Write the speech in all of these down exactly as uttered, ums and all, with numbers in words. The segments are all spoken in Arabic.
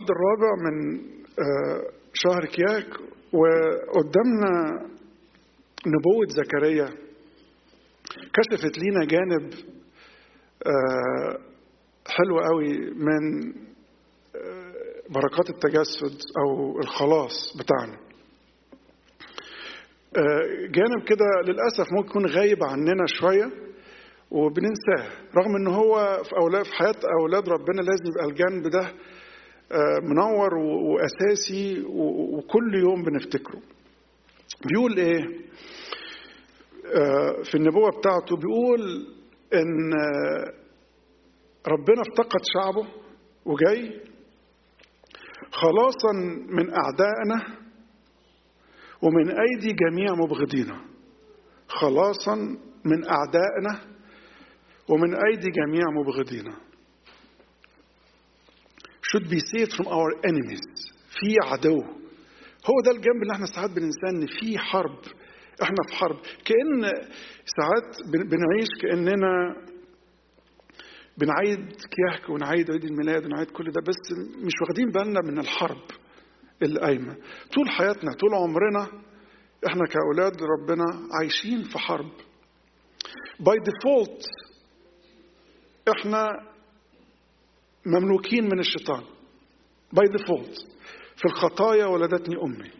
الحد الرابع من شهر كياك، وقدامنا نبوة زكريا كشفت لينا جانب حلو قوي من بركات التجسد أو الخلاص بتاعنا. جانب كده للأسف ممكن يكون غايب عننا شوية وبننساه، رغم ان هو في اولاد في حياه اولاد ربنا لازم يبقى الجانب ده منور واساسي وكل يوم بنفتكره. بيقول ايه في النبوه بتاعته؟ بيقول ان ربنا افتقد شعبه وجاي خلاصا من اعدائنا ومن ايدي جميع مبغضينا. خلاصا من اعدائنا ومن أيدي جميع مبغضينا. should be saved from our enemies. في عدو. هو ده الجنب اللي احنا ساعات بننساه، ان في حرب، احنا في حرب. كأن ساعات بنعيش كأننا بنعيد كياك ونعيد عيد الميلاد ونعيد كل ده، بس مش واخدين بالنا من الحرب اللي قايمة طول حياتنا، طول عمرنا احنا كأولاد ربنا عايشين في حرب. by default احنا مملوكين من الشيطان باي ديفولت. في الخطايا ولدتني امي،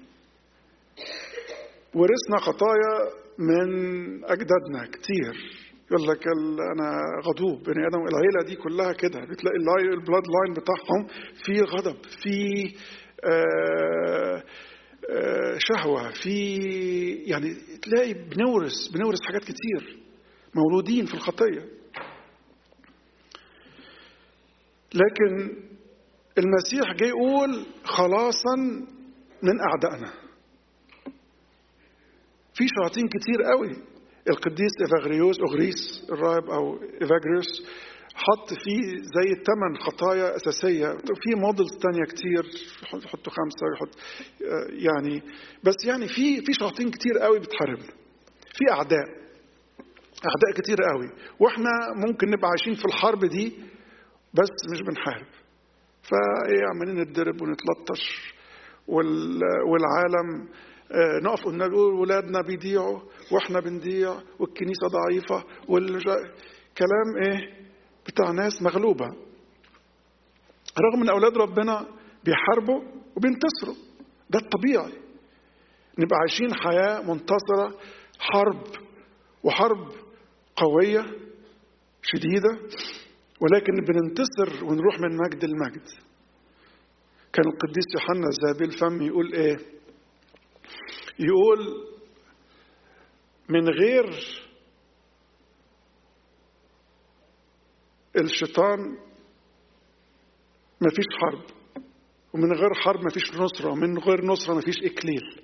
ورثنا خطايا من اجدادنا كتير. يقول لك انا غضوب، بني ادم العيله دي كلها كده، بتلاقي البلاد لاين بتاعهم في غضب، في آآ آآ شهوه، في يعني تلاقي بنورث بنورث حاجات كتير، مولودين في الخطيه. لكن المسيح جاي يقول خلاصا من أعدائنا. في شياطين كتير قوي. القديس إيفاغريوس أغريس الراهب أو إيفاغريوس حط فيه زي ثمان خطايا أساسية، في مودلز تانية كتير يحطوا خمسة يحط يعني، بس يعني في في شياطين كتير قوي بتحاربنا، في أعداء أعداء كتير قوي، وإحنا ممكن نبقى عايشين في الحرب دي بس مش بنحارب. فايه عمالين نتضرب ونتلطش والعالم نقف نقول ولادنا بيضيعوا واحنا بنضيع والكنيسه ضعيفه والكلام ايه بتاع ناس مغلوبه، رغم ان اولاد ربنا بيحاربوا وبينتصروا. ده الطبيعي، نبقى عايشين حياه منتصره، حرب وحرب قويه شديده، ولكن بننتصر ونروح من مجد لمجد. كان القديس يوحنا الذهبي الفم يقول ايه؟ يقول من غير الشيطان مفيش حرب، ومن غير حرب مفيش نصرة، ومن غير نصرة مفيش إكليل.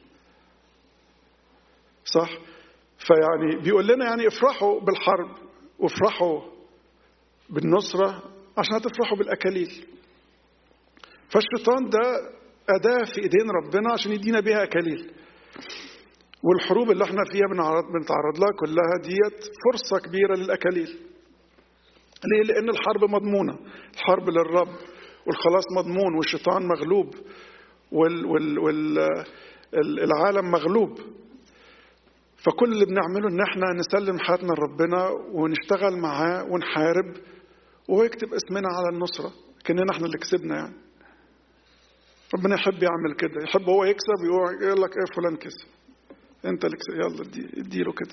صح؟ فيعني بيقول لنا يعني افرحوا بالحرب وافرحوا بالنصرة عشان تفرحوا بالأكاليل. فالشيطان ده أداة في إيدين ربنا عشان يدينا بيها أكاليل، والحروب اللي احنا فيها بنتعرض لها كلها ديت فرصة كبيرة للأكاليل. ليه؟ لأن الحرب مضمونة، الحرب للرب، والخلاص مضمون، والشيطان مغلوب، والعالم مغلوب. فكل اللي بنعمله ان احنا نسلم حياتنا لربنا ونشتغل معاه ونحارب ويكتب اسمنا على النصرة كأننا احنا اللي كسبنا. يعني ربنا يحب يعمل كده، يحب هو يكسب، يقول لك ايه فلان كسب، انت اللي كسب، يلا اديله كده.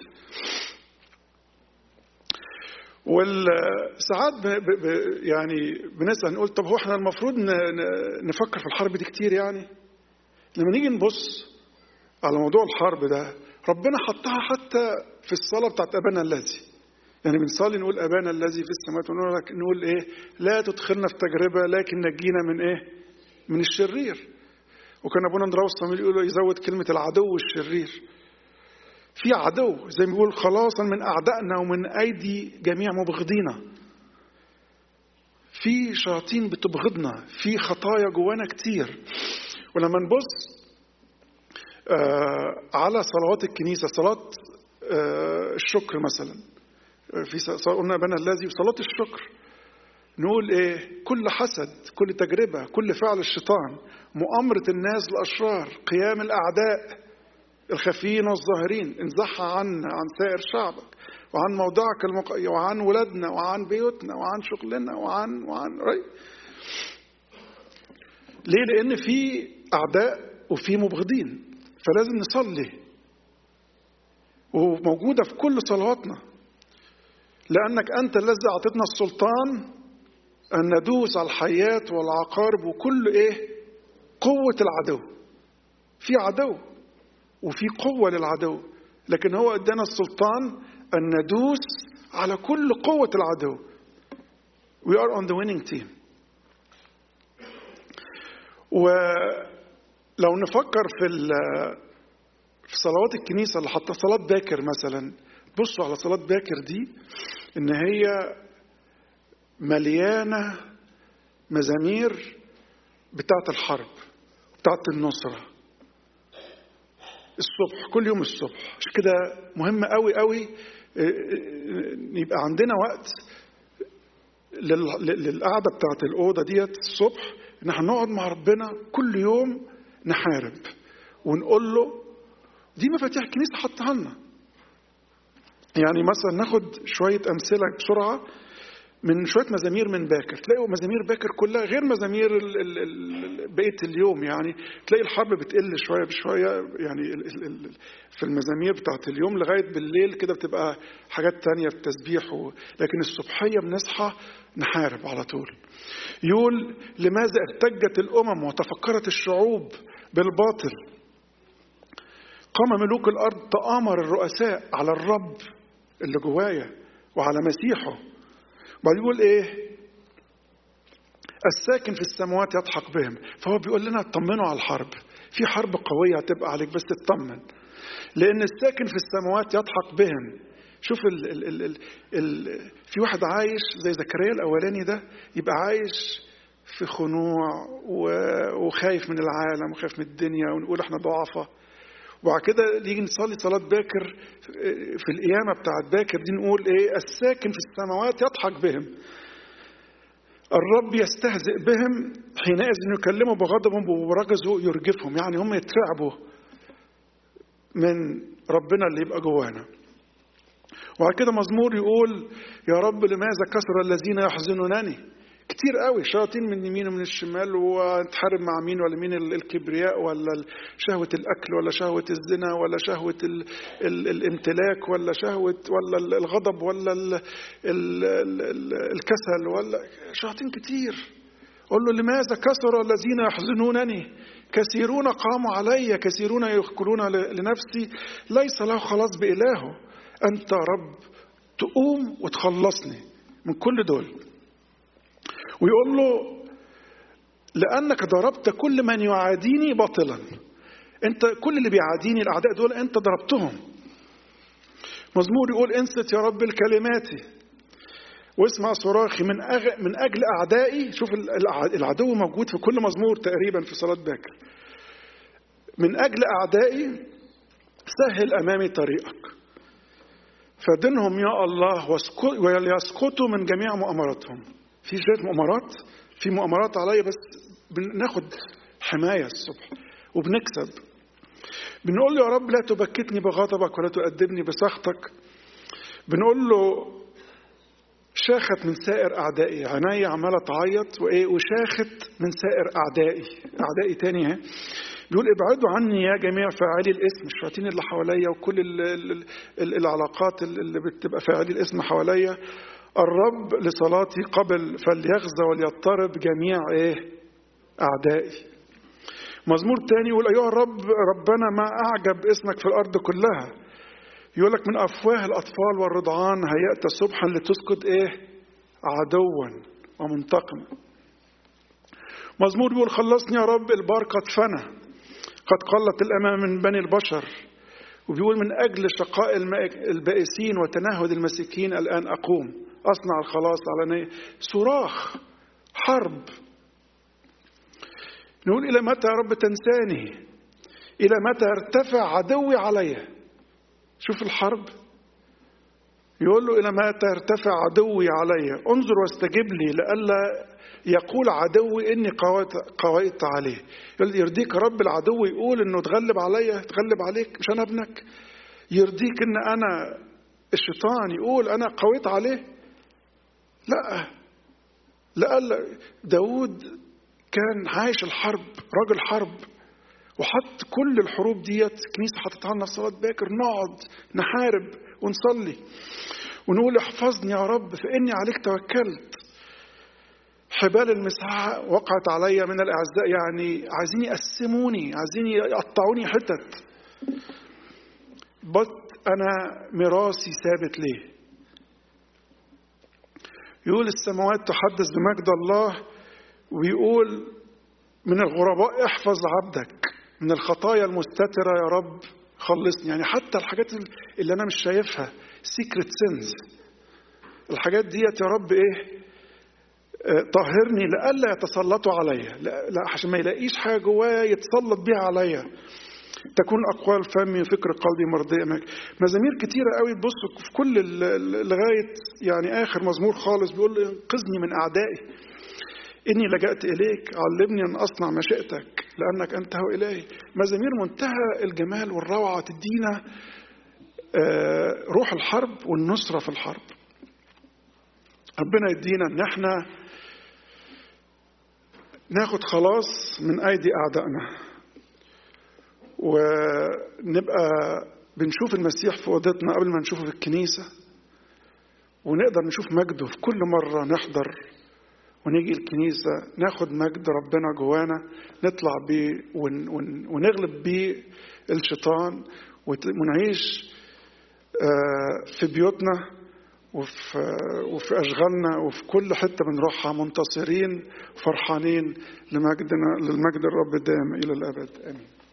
والساعات ب ب يعني بنسأل نقول طب هو احنا المفروض نفكر في الحرب دي كتير؟ يعني لما نيجي نبص على موضوع الحرب ده، ربنا حطها حتى في الصلاة بتاعت أبانا الذي، يعني بنصلي نقول أبانا الذي في السماوات، ونقول لك نقول إيه؟ لا تدخلنا في تجربة لكن نجينا من إيه؟ من الشرير. وكان أبونا اندراوس صموئيل يقول يزود كلمة العدو الشرير. في عدو زي ما بيقول خلاصا من أعدائنا ومن أيدي جميع مبغضينا. في شياطين بتبغضنا، في خطايا جوانا كتير. ولما نبص آه على صلوات الكنيسة، صلاة آه الشكر مثلا، في قلنا أبانا الذي وصلاة الشكر، نقول إيه؟ كل حسد، كل تجربة، كل فعل الشيطان، مؤامرة الناس الأشرار، قيام الأعداء الخفيين والظاهرين، انزحها عنا عن سائر شعبك وعن موضعك المق... وعن ولادنا وعن بيوتنا وعن شغلنا وعن وعن رأي. ليه؟ لأن في أعداء وفي مبغضين، فلازم نصلي، وموجودة في كل صلواتنا، لأنك أنت الذي أعطتنا السلطان أن ندوس على الحيات والعقارب وكل إيه؟ قوة العدو. في عدو وفي قوة للعدو، لكن هو ادانا السلطان أن ندوس على كل قوة العدو. We are on the winning team. ولو نفكر في في صلوات الكنيسة اللي حتى صلاة باكر مثلا، بصوا على صلاة باكر دي إن هي مليانة مزامير بتاعة الحرب، بتاعة النصرة، الصبح، كل يوم الصبح. عشان كده مهم قوي قوي يبقى عندنا وقت للقعدة بتاعة الأوضة ديت الصبح، إن احنا نقعد مع ربنا كل يوم نحارب ونقول له. دي مفاتيح الكنيسة حطها لنا. يعني مثلا ناخد شوية أمثلة بسرعة من شوية مزامير من باكر. تلاقوا مزامير باكر كلها غير مزامير بقية اليوم. يعني تلاقي الحرب بتقل شوية بشوية، يعني في المزامير بتاعت اليوم لغاية بالليل كده بتبقى حاجات تانية في التسبيح، لكن الصبحية بنصحى نحارب على طول. يقول لماذا ارتجت الأمم وتفكرت الشعوب بالباطل، قام ملوك الأرض تآمر الرؤساء على الرب اللي جوايا وعلى مسيحه. بعد يقول إيه؟ الساكن في السماوات يضحك بهم. فهو بيقول لنا اطمنوا على الحرب، في حرب قوية هتبقى عليك بس تطمن، لأن الساكن في السماوات يضحك بهم. شوف ال ال ال ال ال في واحد عايش زي زكريا الأولاني ده، يبقى عايش في خنوع وخايف من العالم وخايف من الدنيا، ونقول احنا ضعفة. وبعد كده نيجي نصلي صلاة باكر في القيامة بتاعت باكر دي، نقول ايه؟ الساكن في السماوات يضحك بهم، الرب يستهزئ بهم، حينئذ يكلموا بغضبهم وبرجزه يرجفهم. يعني هم يترعبوا من ربنا اللي يبقى جوانا. وبعد كده مزمور يقول يا رب لماذا كثر الذين يحزنونني. كتير قوي شياطين من اليمين ومن الشمال، وتحارب مع مين ولا مين، الكبرياء ولا شهوة الأكل ولا شهوة الزنا ولا شهوة ال ال الامتلاك ولا شهوة ولا الغضب ولا ال ال ال الكسل، ولا شياطين كتير. قل له لماذا كثر الذين يحزنونني، كثيرون قاموا علي، كثيرون يأكلون لنفسي، ليس له خلاص بإلهه. أنت رب تقوم وتخلصني من كل دول. ويقول له لأنك ضربت كل من يعاديني باطلا. أنت كل اللي بيعاديني الأعداء دول أنت ضربتهم. مزمور يقول انصت يا رب لكلماتي واسمع صراخي من أغ... من أجل أعدائي. شوف العدو موجود في كل مزمور تقريبا في صلاة باكر. من أجل أعدائي سهل أمامي طريقك، فدنهم يا الله ويسقطوا من جميع مؤامراتهم. في شوية مؤامرات، في مؤامرات عليا، بس بناخد حماية الصبح وبنكسب. بنقول له يا رب لا تبكتني بغضبك ولا تؤدبني بسخطك. بنقول له شاخت من سائر أعدائي، عيني عمالة تعيط وإيه وشاخت من سائر أعدائي. أعدائي تاني ها. بيقول ابعدوا عني يا جميع فاعلي الاسم، الشياطين اللي حواليا وكل ال ال ال العلاقات اللي بتبقى فاعلي الاسم حواليا. الرب لصلاتي قبل فليغزى وليضطرب جميع ايه أعدائي. مزمور تاني يقول أيها الرب ربنا ما أعجب اسمك في الأرض كلها. يقول لك من أفواه الأطفال والرضعان هيأت صبحا لتسقط إيه عدوا ومنتقم. مزمور يقول خلصني يا رب البار قد فنى، قد قلت الأمام من بني البشر. وبيقول من أجل شقاء البائسين وتنهد المساكين الآن أقوم أصنع الخلاص على صراخ حرب. نقول إلى متى يا رب تنساني، إلى متى ارتفع عدوي علي. شوف الحرب يقول له إلى متى يرتفع عدوي علي؟ انظر واستجب لي لئلا يقول عدوي إني قويت, قويت عليه. يرضيك رب العدو يقول إنه تغلب عليا، تغلب عليك، مش أنا ابنك؟ يرضيك إن أنا الشيطان يقول أنا قويت عليه؟ لا. لألا داود كان عايش الحرب، راجل حرب، وحط كل الحروب ديت كنيسة حطتها لنا في صلاة باكر، نقعد نحارب ونصلي ونقول احفظني يا رب فإني عليك توكلت. حبال المسحة وقعت علي من الأعزاء، يعني عايزين يقسموني، عايزين يقطعوني حتت، بس أنا ميراثي ثابت ليه. يقول السماوات تحدث بمجد الله، ويقول من الغرباء احفظ عبدك، من الخطايا المستترة يا رب خلصني. يعني حتى الحاجات اللي أنا مش شايفها secret sins، الحاجات ديت يا رب إيه طهرني لألا يتسلطوا عليا، لا, لا عشان ما يلاقيش حاجة جوايا يتسلط بيها عليا. تكون أقوال فمي وفكر قلبي مرضية معك. مزامير كتيرة قوي تبصوا في كل لغاية يعني آخر مزمور خالص بيقول انقذني من أعدائي، إني لجأت إليك، علمني أن أصنع مشيئتك لأنك أنت هو إلهي. مزامير منتهى الجمال والروعة، تدينا روح الحرب والنصرة في الحرب. ربنا يدينا أن احنا ناخد خلاص من أيدي أعدائنا، ونبقى بنشوف المسيح في أوضتنا قبل ما نشوفه في الكنيسة، ونقدر نشوف مجده في كل مرة نحضر ونيجي الكنيسة، ناخد مجد ربنا جوانا نطلع بيه ونغلب بيه الشيطان، ونعيش في بيوتنا وفي, وفي أشغالنا وفي كل حتة بنروحها منتصرين فرحانين لمجدنا، للمجد الرب دائم إلى الأبد. آمين.